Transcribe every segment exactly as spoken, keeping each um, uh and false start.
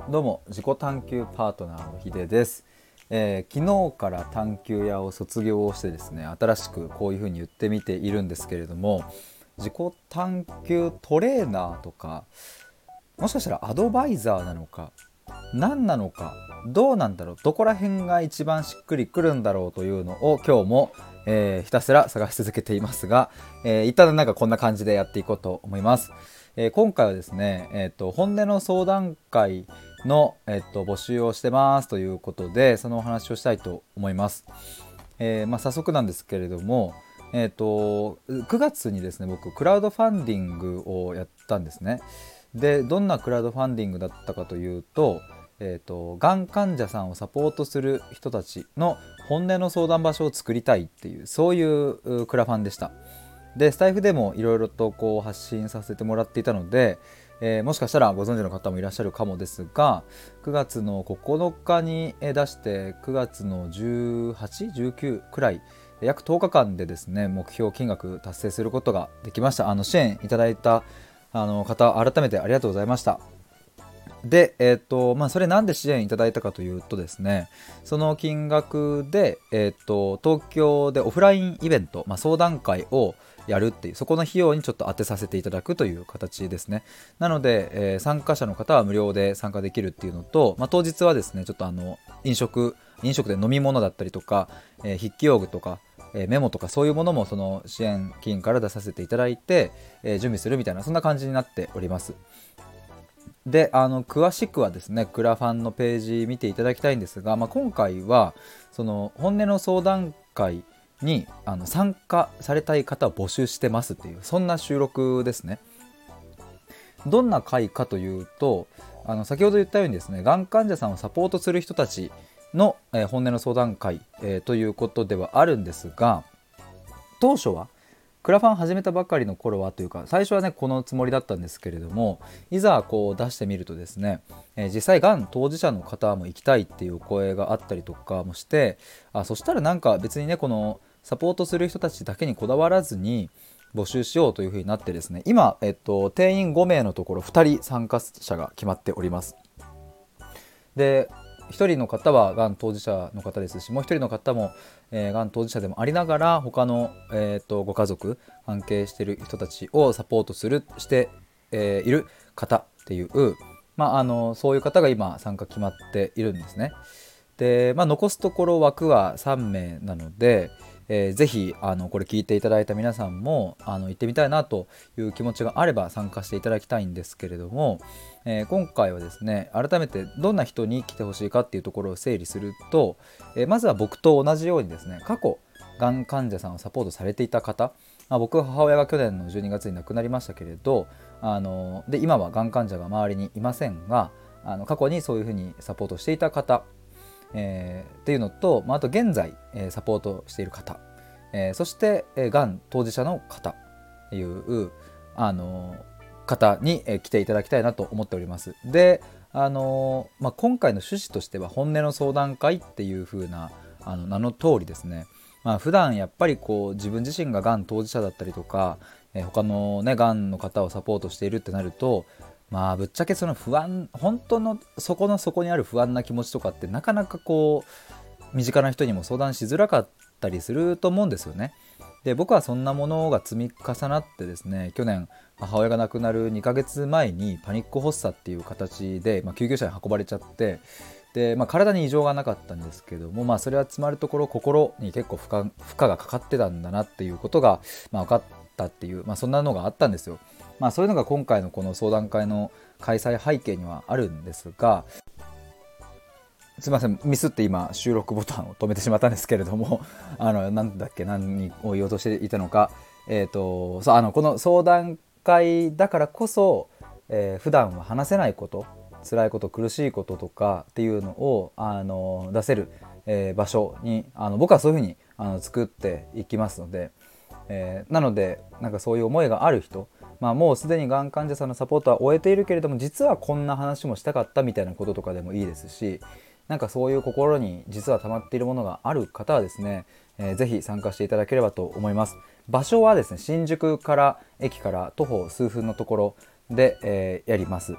どうも自己探求パートナーのひでです、えー昨日から探求屋を卒業してですね、新しくこういうふうに言ってみているんですけれども、自己探求トレーナーとか、もしかしたらアドバイザーなのか何なのか、どうなんだろう、どこら辺が一番しっくりくるんだろうというのを今日も、えーひたすら探し続けていますが、えー一旦なんかこんな感じでやっていこうと思います。えー今回はですね、えーと本音の相談会の、えーと募集をしてますということで、そのお話をしたいと思います。えーまあ、早速なんですけれども、えーとくがつにですね、僕クラウドファンディングをやったんですね。で、どんなクラウドファンディングだったかというと、えーと、がん患者さんをサポートする人たちの本音の相談場所を作りたいっていう、そういうクラファンでした。で、スタイフでもいろいろとこう発信させてもらっていたので、えーもしかしたらご存知の方もいらっしゃるかもですが、くがつのここのかに出してくがつのじゅうはち、じゅうきゅうくらい、約とおかかんでですね、目標金額達成することができました。あの支援いただいたあの方、改めてありがとうございました。で、えっと、まあ、それなんで支援いただいたかというとですね、その金額で、えっと、東京でオフラインイベント、まあ、相談会をやるっていう、そこの費用にちょっと当てさせていただくという形ですね。なので、えー参加者の方は無料で参加できるっていうのと、まあ、当日はですね、ちょっとあの、飲食、飲食で飲み物だったりとか、えー筆記用具とか、えーメモとかそういうものもその支援金から出させていただいて、えー準備するみたいな、そんな感じになっております。で、あの詳しくはですね、クラファンのページ見ていただきたいんですが、まあ、今回はその本音の相談会にあの参加されたい方を募集してますっていう、そんな収録ですね。どんな会かというと、あの先ほど言ったようにですね、がん患者さんをサポートする人たちの、えー本音の相談会、えーということではあるんですが、当初はクラファン始めたばかりの頃はというか、最初はねこのつもりだったんですけれども、いざこう出してみるとですね、えー実際がん当事者の方も行きたいっていう声があったりとかもして、あそしたらなんか別にね、このサポートする人たちだけにこだわらずに募集しようというふうになってですね、今、えっと、定員ごめいのところふたり参加者が決まっております。で、ひとりの方はがん当事者の方ですし、もうひとりの方も、えー、がん当事者でもありながら、他の、えー、とご家族関係している人たちをサポートするして、えーいる方っていう、まあ、あのそういう方が今参加決まっているんですね。で、まあ、残すところ枠はさんめいなので、えーぜひあのこれ聞いていただいた皆さんもあの行ってみたいなという気持ちがあれば参加していただきたいんですけれども、えー今回はですね、改めてどんな人に来てほしいかっていうところを整理すると、えーまずは僕と同じようにですね、過去がん患者さんをサポートされていた方、まあ、僕は母親が去年のじゅうにがつに亡くなりましたけれど、あので今はがん患者が周りにいませんが、あの過去にそういうふうにサポートしていた方、えーっていうのと、まあ、あと現在、えーサポートしている方、えーそして、えーがん当事者の方っていう、あの方に、えー来ていただきたいなと思っております。で、あのまあ、今回の趣旨としては本音の相談会っていう風なあの名の通りですね、まあ、普段やっぱりこう自分自身ががん当事者だったりとか、えー他のねがんの方をサポートしているってなると、まあぶっちゃけその不安、本当の底の底にある不安な気持ちとかってなかなかこう身近な人にも相談しづらかったりすると思うんですよね。で、僕はそんなものが積み重なってですね、去年母親が亡くなるにかげつまえにパニック発作っていう形で、まあ、救急車に運ばれちゃって、で、まあ、体に異常がなかったんですけども、まあ、それはつまるところ心に結構負荷、負荷がかかってたんだなっていうことが、まあ、分かったっていう、まあ、そんなのがあったんですよ。まあ、そういうのが今回のこの相談会の開催背景にはあるんですが、すいません、ミスって今収録ボタンを止めてしまったんですけれども、あのなんだっけ、何を言おうとしていたのか、えっ、とそう、あのこの相談会だからこそ、えー普段は話せないこと、辛いこと、苦しいこととかっていうのをあの出せる、えー場所に、あの僕はそういうふうにあの作っていきますので、えーなのでなんかそういう思いがある人、まあ、もうすでにがん患者さんのサポートは終えているけれども、実はこんな話もしたかったみたいなこととかでもいいですし、なんかそういう心に実は溜まっているものがある方はですね、えーぜひ参加していただければと思います。場所はですね、新宿から駅から徒歩数分のところで、えーやります。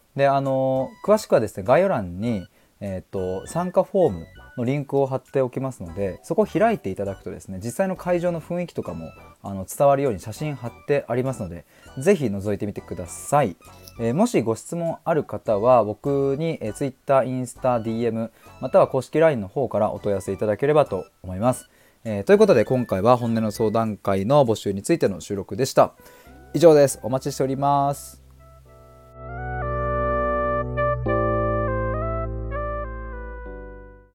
であの詳しくはですね概要欄に、えー、と参加フォームのリンクを貼っておきますので、そこを開いていただくとですね実際の会場の雰囲気とかもあの伝わるように写真貼ってありますので、ぜひ覗いてみてください。えーもしご質問ある方は僕に、えー、Twitter、インスタ、ディーエム または公式 ライン の方からお問い合わせいただければと思います。えーということで今回は本音の相談会の募集についての収録でした。以上です。お待ちしております。